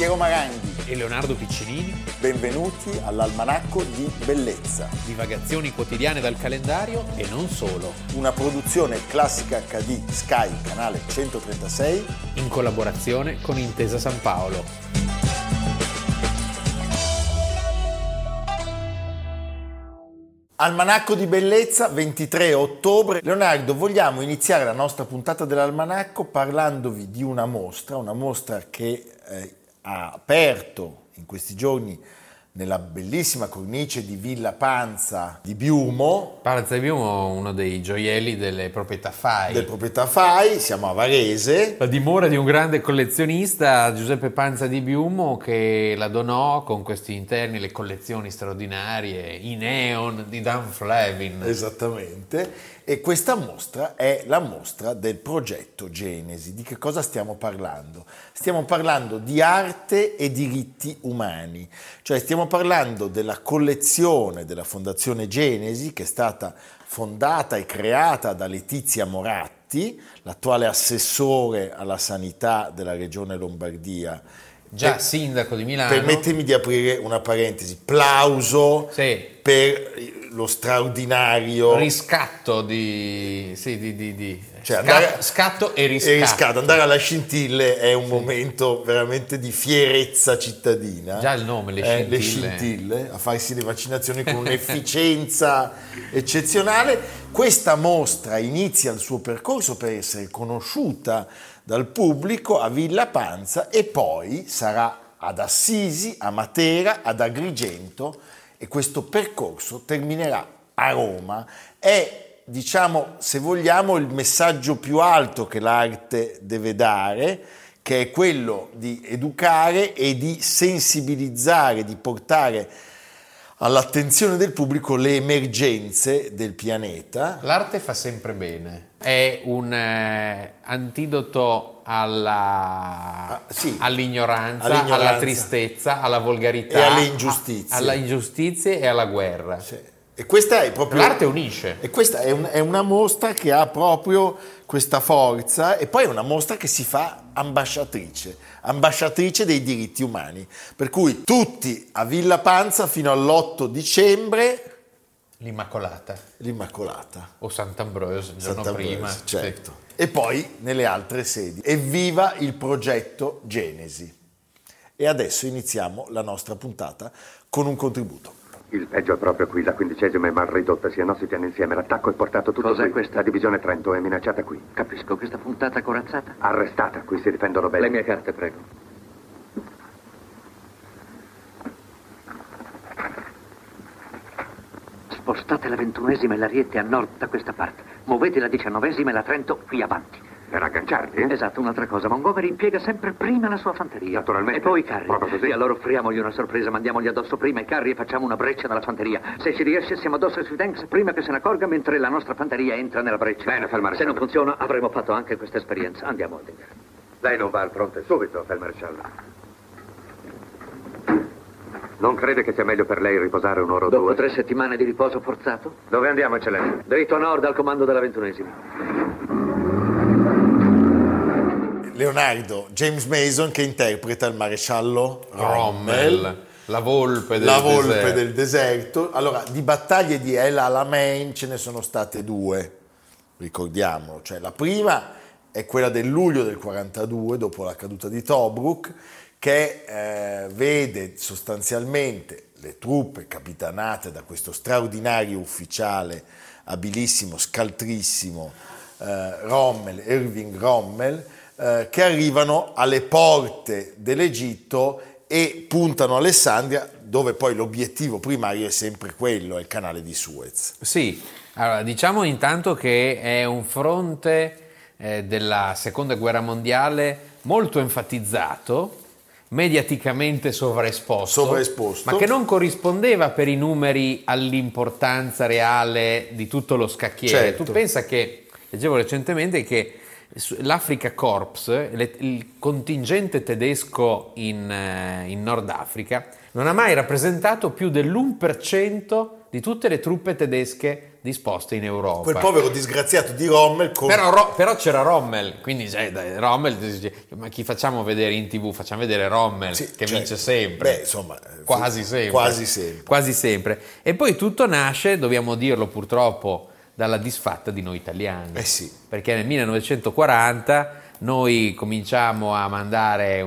Piero Maranghi e Leonardo Piccinini. Benvenuti all'Almanacco di Bellezza. Divagazioni quotidiane dal calendario e non solo. Una produzione Classica HD Sky, canale 136, in collaborazione con Intesa San Paolo. Almanacco di Bellezza, 23 ottobre. Leonardo, vogliamo iniziare la nostra puntata dell'Almanacco parlandovi di una mostra che ha aperto in questi giorni nella bellissima cornice di Villa Panza di Biumo. Panza di Biumo, uno dei gioielli delle proprietà FAI. Del proprietà FAI, siamo a Varese. La dimora di un grande collezionista, Giuseppe Panza di Biumo, che la donò con questi interni, le collezioni straordinarie, i neon di Dan Flavin. Esattamente. E questa mostra è la mostra del progetto Genesi. Di che cosa stiamo parlando? Stiamo parlando di arte e diritti umani, cioè stiamo parlando della collezione della Fondazione Genesi, che è stata fondata e creata da Letizia Moratti, l'attuale assessore alla sanità della regione Lombardia. Già sindaco di Milano. Permettimi di aprire una parentesi. Plauso per lo straordinario riscatto scatto e riscatto. Andare alla Scintille è un momento veramente di fierezza cittadina. Già il nome, le scintille, a farsi le vaccinazioni con un'efficienza eccezionale. Questa mostra inizia il suo percorso per essere conosciuta dal pubblico a Villa Panza e poi sarà ad Assisi, a Matera, ad Agrigento, e questo percorso terminerà a Roma. È, diciamo, se vogliamo, il messaggio più alto che l'arte deve dare, che è quello di educare e di sensibilizzare, di portare all'attenzione del pubblico le emergenze del pianeta. L'arte fa sempre bene, è un antidoto all'ignoranza, alla tristezza, alla volgarità, e alle ingiustizie. Alle ingiustizie e alla guerra. Sì. E questa è proprio l'arte unisce. E questa è una mostra che ha proprio questa forza, e poi è una mostra che si fa ambasciatrice dei diritti umani. Per cui tutti a Villa Panza fino all'8 dicembre. L'Immacolata. O Sant'Ambrogio, il giorno prima. Certo. Sì. E poi nelle altre sedi. Evviva il progetto Genesi. E adesso iniziamo la nostra puntata con un contributo. Il peggio è proprio qui, la 15ª è mal ridotta, sia no si tiene insieme, l'attacco è portato tutto Cos'è qui. questa? La divisione Trento è minacciata qui. Capisco, questa puntata corazzata. Arrestata, qui si difendono bene. Le mie carte, prego. Spostate la 21ª e l'Ariete a nord da questa parte. Muovete la 19ª e la Trento qui avanti. Per agganciarli? Esatto, un'altra cosa. Montgomery impiega sempre prima la sua fanteria. Naturalmente. E poi i carri. Proprio così. E allora offriamogli una sorpresa, mandiamogli addosso prima i carri e facciamo una breccia nella fanteria. Se ci riesce siamo addosso sui tanks prima che se ne accorga, mentre la nostra fanteria entra nella breccia. Bene, Felmaresciallo. Se non funziona avremo fatto anche questa esperienza. Andiamo a vedere. Lei non va al fronte subito, Felmaresciallo. Non crede che sia meglio per lei riposare un'ora o Dopo due? 3 settimane di riposo forzato? Dove andiamo, eccellenza? Dritto a nord al comando della 21ª. Leonardo, James Mason, che interpreta il maresciallo Rommel, la volpe del deserto. Allora, di battaglie di El Alamein ce ne sono state 2, ricordiamolo. Cioè, la prima è quella del luglio del 42, dopo la caduta di Tobruk, che vede sostanzialmente le truppe capitanate da questo straordinario ufficiale, abilissimo, scaltrissimo, Irving Rommel, che arrivano alle porte dell'Egitto e puntano a Alessandria, dove poi l'obiettivo primario è sempre quello, è il canale di Suez. Sì, allora diciamo intanto che è un fronte della seconda guerra mondiale molto enfatizzato, mediaticamente sovraesposto, ma che non corrispondeva per i numeri all'importanza reale di tutto lo scacchiere. Certo. Tu pensa che, leggevo recentemente, che l'Africa Corps, il contingente tedesco in Nord Africa, non ha mai rappresentato più dell'1% di tutte le truppe tedesche disposte in Europa. Quel povero disgraziato di Rommel però c'era Rommel, quindi Rommel dice, ma chi facciamo vedere in TV? Facciamo vedere Rommel, che vince sempre. Insomma, quasi sempre. E poi tutto nasce, dobbiamo dirlo purtroppo, dalla disfatta di noi italiani. Sì. Perché nel 1940 noi cominciamo a mandare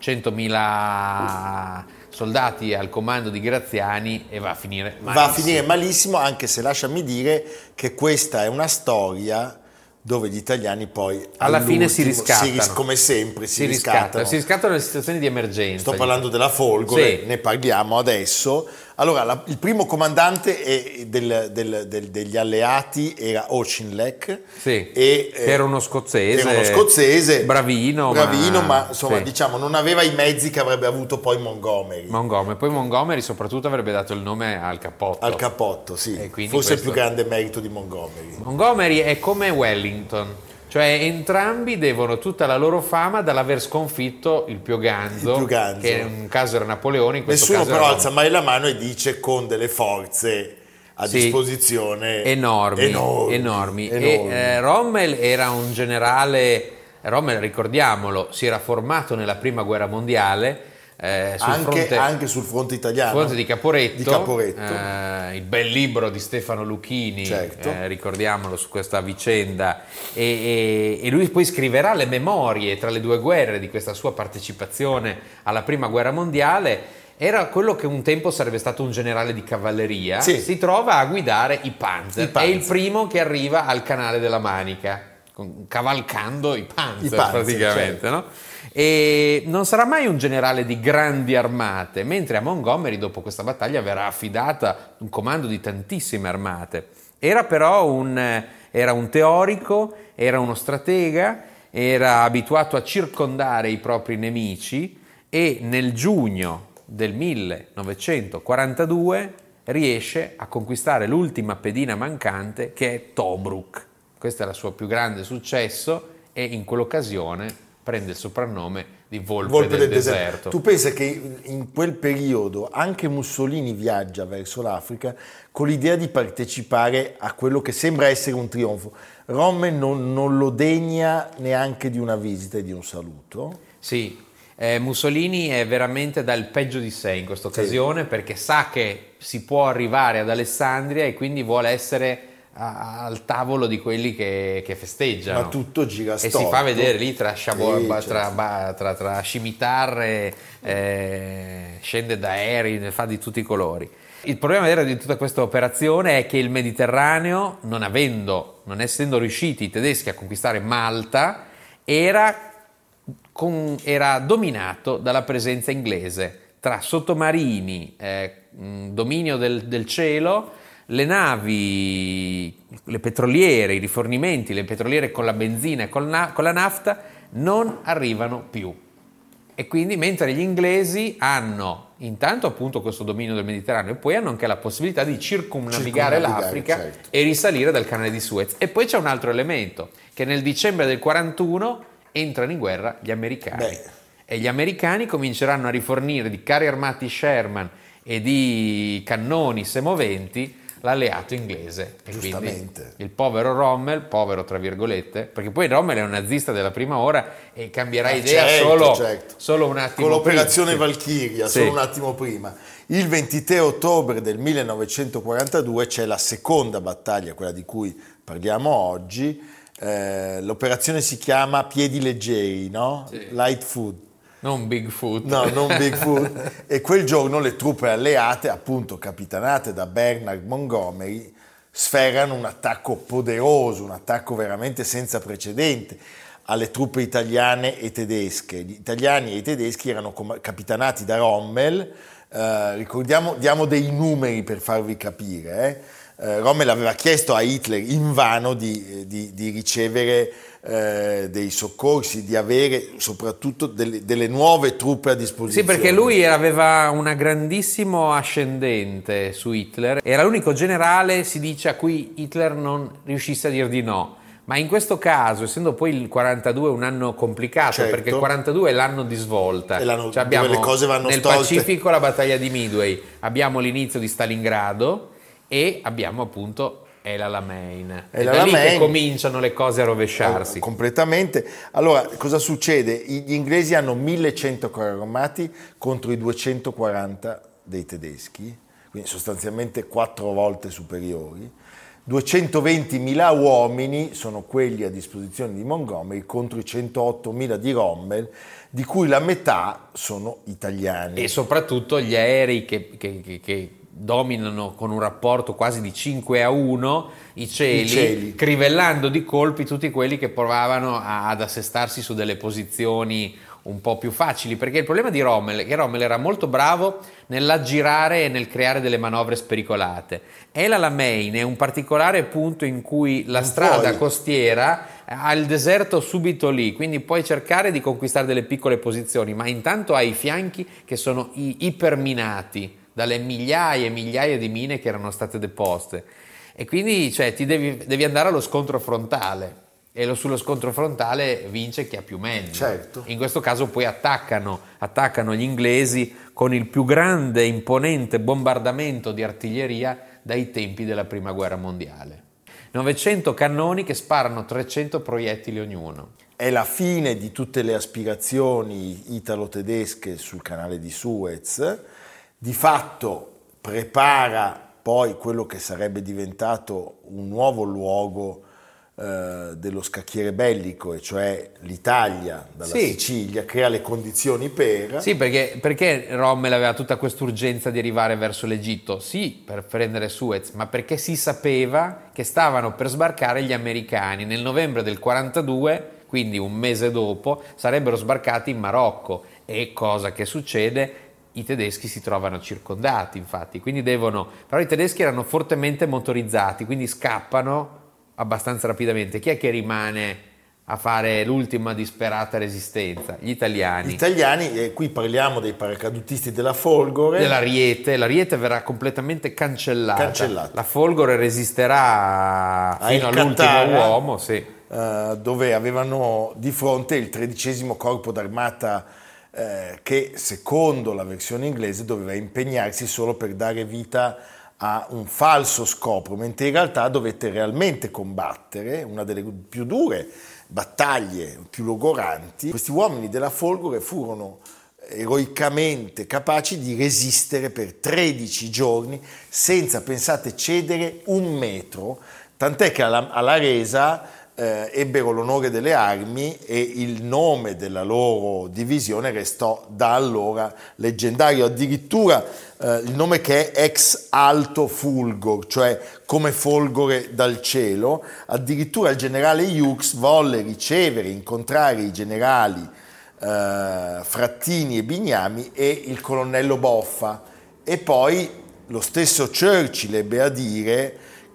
100.000 soldati al comando di Graziani e va a finire malissimo. Va a finire malissimo, anche se lasciami dire che questa è una storia dove gli italiani poi alla fine si riscattano, come sempre si riscattano nelle situazioni di emergenza. Sto parlando della Folgore, sì. Ne parliamo adesso. Allora, il primo comandante degli alleati era Auchinleck, sì, che era uno scozzese, bravino, ma insomma, sì, diciamo, non aveva i mezzi che avrebbe avuto poi Montgomery. Poi Montgomery soprattutto avrebbe dato il nome al cappotto. Sì, forse il più grande merito di Montgomery. Montgomery è come Wellington, cioè entrambi devono tutta la loro fama dall'aver sconfitto il Pioganzo, che in un caso era Napoleone, in questo Nessuno caso però era alza mai la mano e dice con delle forze a disposizione enormi. E Rommel era un generale. Rommel, ricordiamolo, si era formato nella prima guerra mondiale, anche sul fronte italiano, fronte di Caporetto. Il bel libro di Stefano Lucchini, certo. Ricordiamolo, su questa vicenda, e lui poi scriverà le memorie tra le due guerre di questa sua partecipazione alla prima guerra mondiale. Era quello che un tempo sarebbe stato un generale di cavalleria, sì. Si trova a guidare i Panzer, è il primo che arriva al canale della Manica, cavalcando i Panzer praticamente, certo. No? E non sarà mai un generale di grandi armate, mentre a Montgomery dopo questa battaglia verrà affidata un comando di tantissime armate. Era però un teorico, era uno stratega, era abituato a circondare i propri nemici e nel giugno del 1942 riesce a conquistare l'ultima pedina mancante, che è Tobruk. Questo era il suo più grande successo e in quell'occasione prende il soprannome di Volpe del deserto. Tu pensi che in quel periodo anche Mussolini viaggia verso l'Africa con l'idea di partecipare a quello che sembra essere un trionfo. Rommel non lo degna neanche di una visita e di un saluto? Sì. Mussolini è veramente dal peggio di sé in questa occasione, perché sa che si può arrivare ad Alessandria e quindi vuole essere al tavolo di quelli che festeggiano. Ma tutto gira storto. E si fa vedere lì tra scimitarre, scende da aerei, ne fa di tutti i colori. Il problema vero di tutta questa operazione è che il Mediterraneo, non essendo riusciti i tedeschi a conquistare Malta, era dominato dalla presenza inglese, tra sottomarini, dominio del cielo, le navi, le petroliere, i rifornimenti, le petroliere con la benzina e con la nafta non arrivano più. E quindi mentre gli inglesi hanno intanto appunto questo dominio del Mediterraneo e poi hanno anche la possibilità di circumnavigare l'Africa, certo, e risalire dal canale di Suez. E poi c'è un altro elemento, che nel dicembre del 41 entrano in guerra gli americani. E gli americani cominceranno a rifornire di carri armati Sherman e di cannoni semoventi l'alleato inglese. E quindi il povero Rommel, povero tra virgolette, perché poi Rommel è un nazista della prima ora e cambierà idea solo un attimo con l'operazione prima. Valchiria, solo un attimo prima. Il 23 ottobre del 1942 c'è la seconda battaglia, quella di cui parliamo oggi. L'operazione si chiama Piedi Leggeri, no? Sì. Light Foot. Non Bigfoot. No, non Bigfoot. E quel giorno le truppe alleate, appunto capitanate da Bernard Montgomery, sferrano un attacco poderoso, un attacco veramente senza precedente alle truppe italiane e tedesche. Gli italiani e i tedeschi erano capitanati da Rommel. Diamo dei numeri per farvi capire. Rommel aveva chiesto a Hitler invano di ricevere dei soccorsi, di avere soprattutto delle nuove truppe a disposizione. Sì, perché lui aveva una grandissimo ascendente su Hitler, era l'unico generale, si dice, a cui Hitler non riuscisse a dir di no. Ma in questo caso, essendo poi il 42 un anno complicato, certo, perché il 42 è l'anno di svolta, cioè abbiamo dove le cose vanno nel stolte. Pacifico la battaglia di Midway, abbiamo l'inizio di Stalingrado e abbiamo appunto è l'Alamein. È da lì che cominciano le cose a rovesciarsi. Completamente. Allora, cosa succede? Gli inglesi hanno 1100 carri armati contro i 240 dei tedeschi, quindi sostanzialmente 4 volte superiori. 220.000 uomini sono quelli a disposizione di Montgomery contro i 108.000 di Rommel, di cui la metà sono italiani. E soprattutto gli aerei che dominano con un rapporto quasi di 5-1 i cieli, crivellando di colpi tutti quelli che provavano ad assestarsi su delle posizioni un po' più facili, perché il problema di Rommel è che Rommel era molto bravo nell'aggirare e nel creare delle manovre spericolate. El Alamein è un particolare punto in cui la strada costiera ha il deserto subito lì, quindi puoi cercare di conquistare delle piccole posizioni, ma intanto hai i fianchi che sono iperminati dalle migliaia e migliaia di mine che erano state deposte, e quindi ti devi andare allo scontro frontale, e sullo scontro frontale vince chi ha più mezzi. Certo. In questo caso poi attaccano gli inglesi con il più grande imponente bombardamento di artiglieria dai tempi della prima guerra mondiale. 900 cannoni che sparano 300 proiettili ognuno. È la fine di tutte le aspirazioni italo-tedesche sul canale di Suez. Di fatto prepara poi quello che sarebbe diventato un nuovo luogo dello scacchiere bellico, e cioè l'Italia dalla Sicilia, crea le condizioni per... Sì, perché Rommel aveva tutta quest'urgenza di arrivare verso l'Egitto? Sì, per prendere Suez, ma perché si sapeva che stavano per sbarcare gli americani. Nel novembre del 42, quindi un mese dopo, sarebbero sbarcati in Marocco, e cosa che succede? I tedeschi si trovano circondati, infatti, quindi però i tedeschi erano fortemente motorizzati, quindi scappano abbastanza rapidamente. Chi è che rimane a fare l'ultima disperata resistenza? Gli italiani. E qui parliamo dei paracadutisti della Folgore. L'Ariete verrà completamente cancellata. La Folgore resisterà fino all'ultimo uomo, dove avevano di fronte il 13° corpo d'armata, che secondo la versione inglese doveva impegnarsi solo per dare vita a un falso scopo, mentre in realtà dovette realmente combattere una delle più dure battaglie, più logoranti. Questi uomini della Folgore furono eroicamente capaci di resistere per 13 giorni senza, pensate, cedere un metro, tant'è che alla resa ebbero l'onore delle armi, e il nome della loro divisione restò da allora leggendario. Addirittura il nome, che è ex alto fulgor, cioè come folgore dal cielo. Addirittura il generale Hughes volle incontrare i generali Frattini e Bignami e il colonnello Boffa, e poi lo stesso Churchill ebbe a dire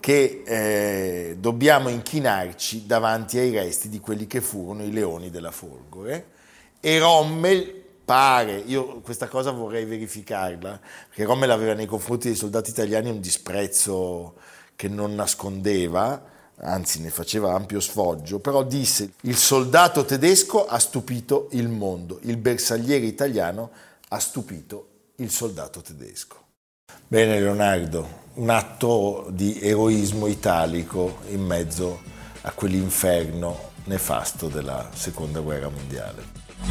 che dobbiamo inchinarci davanti ai resti di quelli che furono i leoni della Folgore. E Rommel io questa cosa vorrei verificarla, perché Rommel aveva nei confronti dei soldati italiani un disprezzo che non nascondeva, anzi ne faceva ampio sfoggio, però disse: il soldato tedesco ha stupito il mondo, il bersagliere italiano ha stupito il soldato tedesco. Bene Leonardo, un atto di eroismo italico in mezzo a quell'inferno nefasto della Seconda Guerra Mondiale.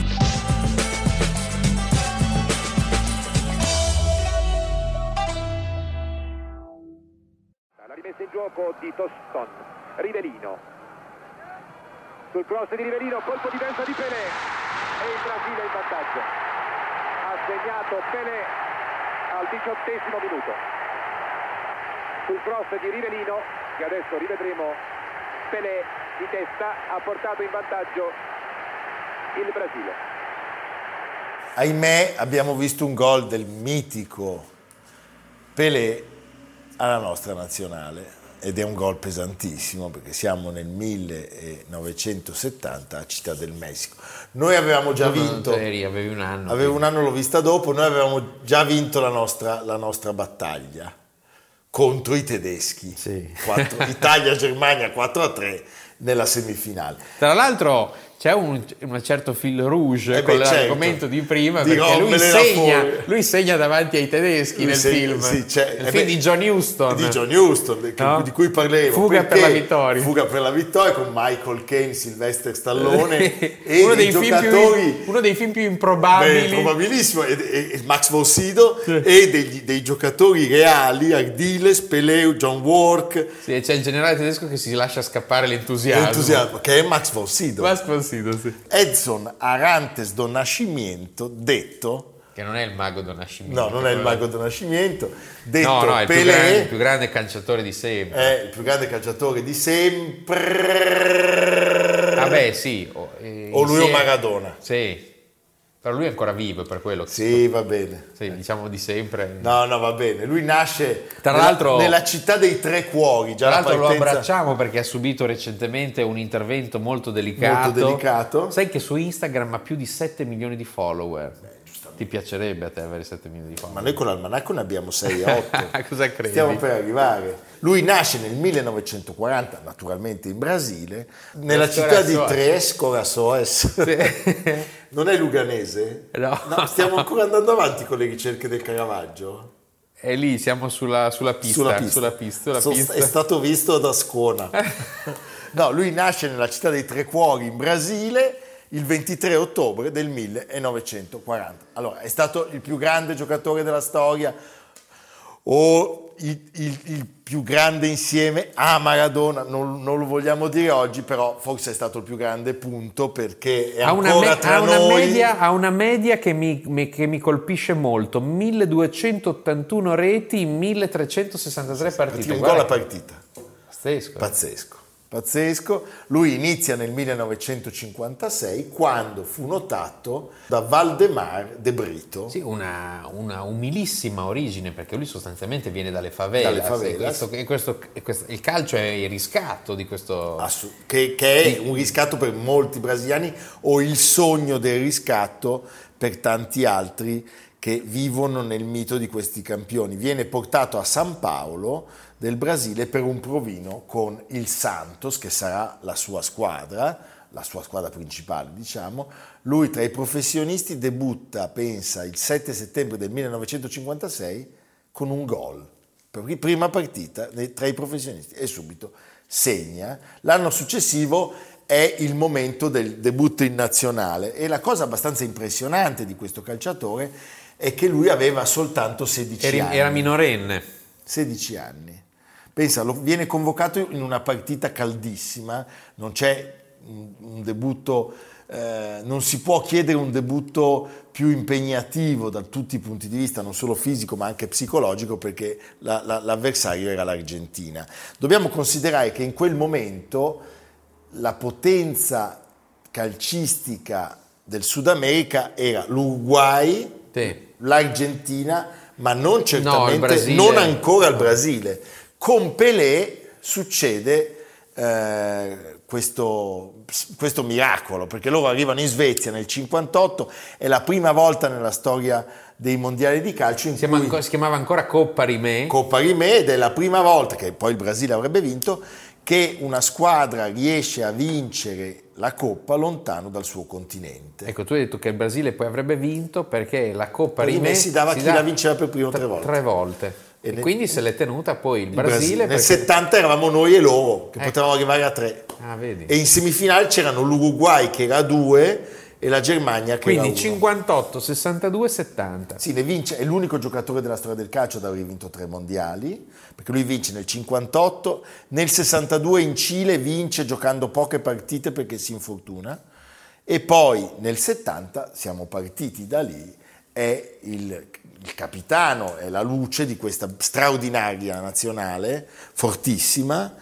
La rimessa in gioco di Toston, Rivellino, sul cross di Rivellino, colpo di testa di Pelé, e il Brasile in vantaggio. Ha segnato Pelé al 18° minuto. Sul cross di Rivellino, che adesso rivedremo, Pelé di testa ha portato in vantaggio il Brasile. Ahimè, abbiamo visto un gol del mitico Pelé alla nostra nazionale, ed è un gol pesantissimo, perché siamo nel 1970 a Città del Messico. Noi avevamo già vinto. Avevi un anno. Avevo un anno, l'ho vista dopo. Noi avevamo già vinto la nostra battaglia contro i tedeschi. Sì. Italia-Germania 4-3, nella semifinale. Tra l'altro c'è un certo fil rouge con l'argomento di prima, di perché lui segna davanti ai tedeschi nel film. Sì, nel film di John Huston. Di John Huston, di cui parlevo. Fuga per la vittoria. Fuga per la vittoria con Michael Caine, Sylvester Stallone e uno dei film più improbabili. Probabilissimo, e Max von Sydow, e dei giocatori reali, Ardiles, Pelé, John Wark. Sì, e c'è il generale tedesco che si lascia scappare l'entusiasmo. Che è Max von Sydow. Sì. Edson Arantes do Nascimento, detto che non è il mago do Nascimento. No, non è il mago do Nascimento. Detto no, è Pelé, il più grande calciatore di sempre. È il più grande calciatore di sempre. Vabbè, sì. O lui o Maradona. Sì. Però lui è ancora vivo, per quello che sì, va bene. Sì, diciamo di sempre. No, va bene. Lui nasce nella città dei tre cuori. Tra l'altro lo abbracciamo perché ha subito recentemente un intervento molto delicato. Sai che su Instagram ha più di 7 milioni di follower. Ti piacerebbe a te avere 7 milioni di follower? Ma noi con l'Almanacco ne abbiamo 6 e 8. Cosa credi? Stiamo per arrivare. Lui nasce nel 1940, naturalmente in Brasile, nella città di Três Corações. Sì. Non è luganese? No. Stiamo ancora andando avanti con le ricerche del Caravaggio? E lì siamo sulla pista. È stato visto da Ascona. No, lui nasce nella città dei Tre Cuori in Brasile il 23 ottobre del 1940. Allora, è stato il più grande giocatore della storia o il più grande insieme a Maradona, non lo vogliamo dire oggi, però forse è stato il più grande, punto, perché è ancora tra noi. Ha una media che mi colpisce molto, 1281 reti in 1363 partite. Un gol a partita. Pazzesco. Lui inizia nel 1956 quando fu notato da Valdemar de Brito. Sì, una umilissima origine, perché lui sostanzialmente viene dalle favelas. Il calcio è il riscatto di questo... Che è un riscatto per molti brasiliani o il sogno del riscatto per tanti altri che vivono nel mito di questi campioni. Viene portato a San Paolo del Brasile per un provino con il Santos, che sarà la sua squadra principale, diciamo. Lui tra i professionisti debutta, pensa, il 7 settembre del 1956 con un gol. Prima partita tra i professionisti e subito segna. L'anno successivo è il momento del debutto in nazionale e la cosa abbastanza impressionante di questo calciatore è che lui aveva soltanto 16 anni. Era minorenne. 16 anni. Pensa, viene convocato in una partita caldissima, non c'è un debutto, non si può chiedere un debutto più impegnativo da tutti i punti di vista, non solo fisico ma anche psicologico, perché l'avversario era l'Argentina. Dobbiamo considerare che in quel momento la potenza calcistica del Sud America era l'Uruguay, l'Argentina, ma non certamente, non ancora il Brasile. Con Pelé succede questo miracolo, perché loro arrivano in Svezia nel 58, è la prima volta nella storia dei mondiali di calcio in cui si chiamava ancora Coppa Rimè, ed è la prima volta, che poi il Brasile avrebbe vinto, che una squadra riesce a vincere la Coppa lontano dal suo continente. Ecco, tu hai detto che il Brasile poi avrebbe vinto perché la Coppa Rimè si dava a chi la vinceva per primo 3 volte. 3 volte. E quindi se l'è tenuta poi il Brasile. Nel 70 eravamo noi e loro, che potevamo arrivare a 3. Vedi. E in semifinale c'erano l'Uruguay che era a 2 e la Germania che era 1. Quindi 58, 62, 70. Sì, ne vince, è l'unico giocatore della storia del calcio ad aver vinto 3 mondiali, perché lui vince nel 58, nel 62 in Cile vince giocando poche partite perché si infortuna, e poi nel 70 siamo partiti da lì, è il capitano, è la luce di questa straordinaria nazionale, fortissima,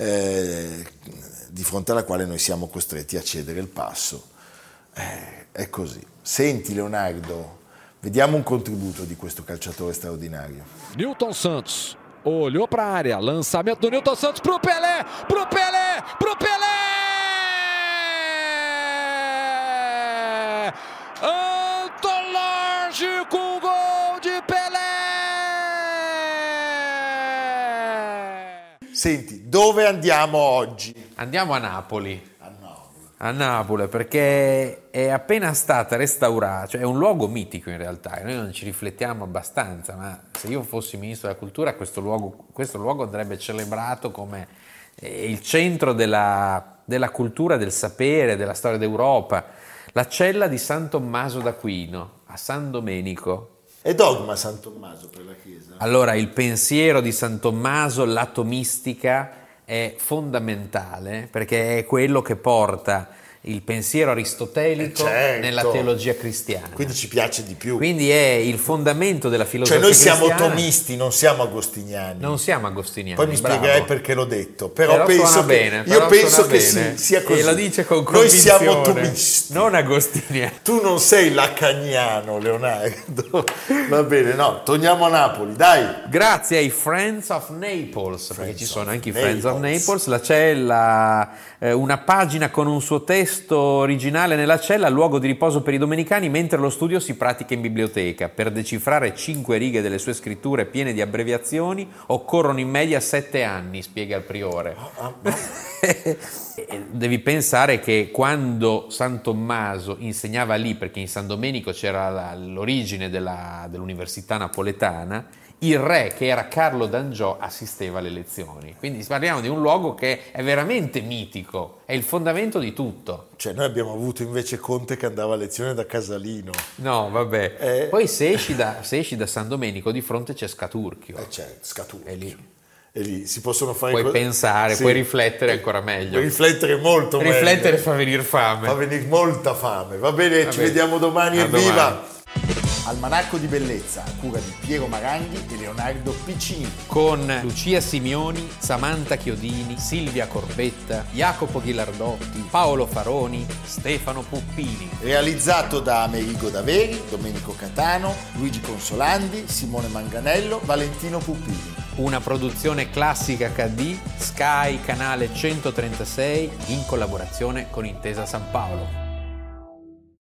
di fronte alla quale noi siamo costretti a cedere il passo. È così. Senti Leonardo, vediamo un contributo di questo calciatore straordinario. Nilton Santos olhou para a área, lançamento do Nilton Santos pro Pelé, pro Pelé, pro Pelé! Antológico gol di Pelé! Senti, dove andiamo oggi? Andiamo a Napoli. A Napoli, perché è appena stata restaurata, cioè è un luogo mitico in realtà, e noi non ci riflettiamo abbastanza, ma se io fossi ministro della cultura questo luogo andrebbe celebrato come il centro della cultura, del sapere, della storia d'Europa. La cella di San Tommaso d'Aquino a San Domenico. È dogma San Tommaso per la Chiesa? Allora, il pensiero di San Tommaso, l'atomistica, è fondamentale perché è quello che porta il pensiero aristotelico nella teologia cristiana. Quindi ci piace di più. Quindi è il fondamento della filosofia cristiana. Cioè noi siamo tomisti, non siamo agostiniani. Non siamo agostiniani. Poi mi spiegherai perché l'ho detto. Però penso che sia così. E lo dice con convinzione. Noi siamo tomisti, non agostiniani. Tu non sei lacaniano, Leonardo. Va bene, no, torniamo a Napoli, dai. Grazie ai Friends of Naples, perché ci sono anche i Friends of Naples. C'è una pagina con un suo testo originale nella cella, luogo di riposo per i domenicani, mentre lo studio si pratica in biblioteca. Per decifrare 5 righe delle sue scritture piene di abbreviazioni occorrono in media 7 anni, spiega il priore. Devi pensare che quando San Tommaso insegnava lì, perché in San Domenico c'era l'origine dell'università napoletana, il re, che era Carlo d'Angiò, assisteva alle lezioni. Quindi parliamo di un luogo che è veramente mitico, è il fondamento di tutto. Cioè noi abbiamo avuto invece Conte che andava a lezione da Casalino. No, vabbè. Poi se esci da San Domenico, di fronte c'è Scaturchio. C'è Scaturchio. È lì si possono fare puoi pensare, puoi riflettere ancora meglio. Puoi riflettere molto meglio. Riflettere fa venire fame. Fa venire molta fame. Va bene, ci vediamo domani, evviva! Almanacco di bellezza a cura di Piero Maranghi e Leonardo Piccini, con Lucia Simioni, Samantha Chiodini, Silvia Corbetta, Jacopo Ghilardotti, Paolo Faroni, Stefano Puppini. Realizzato da Amerigo Daveri, Domenico Catano, Luigi Consolandi, Simone Manganello, Valentino Puppini. Una produzione Classica HD, Sky canale 136, in collaborazione con Intesa San Paolo.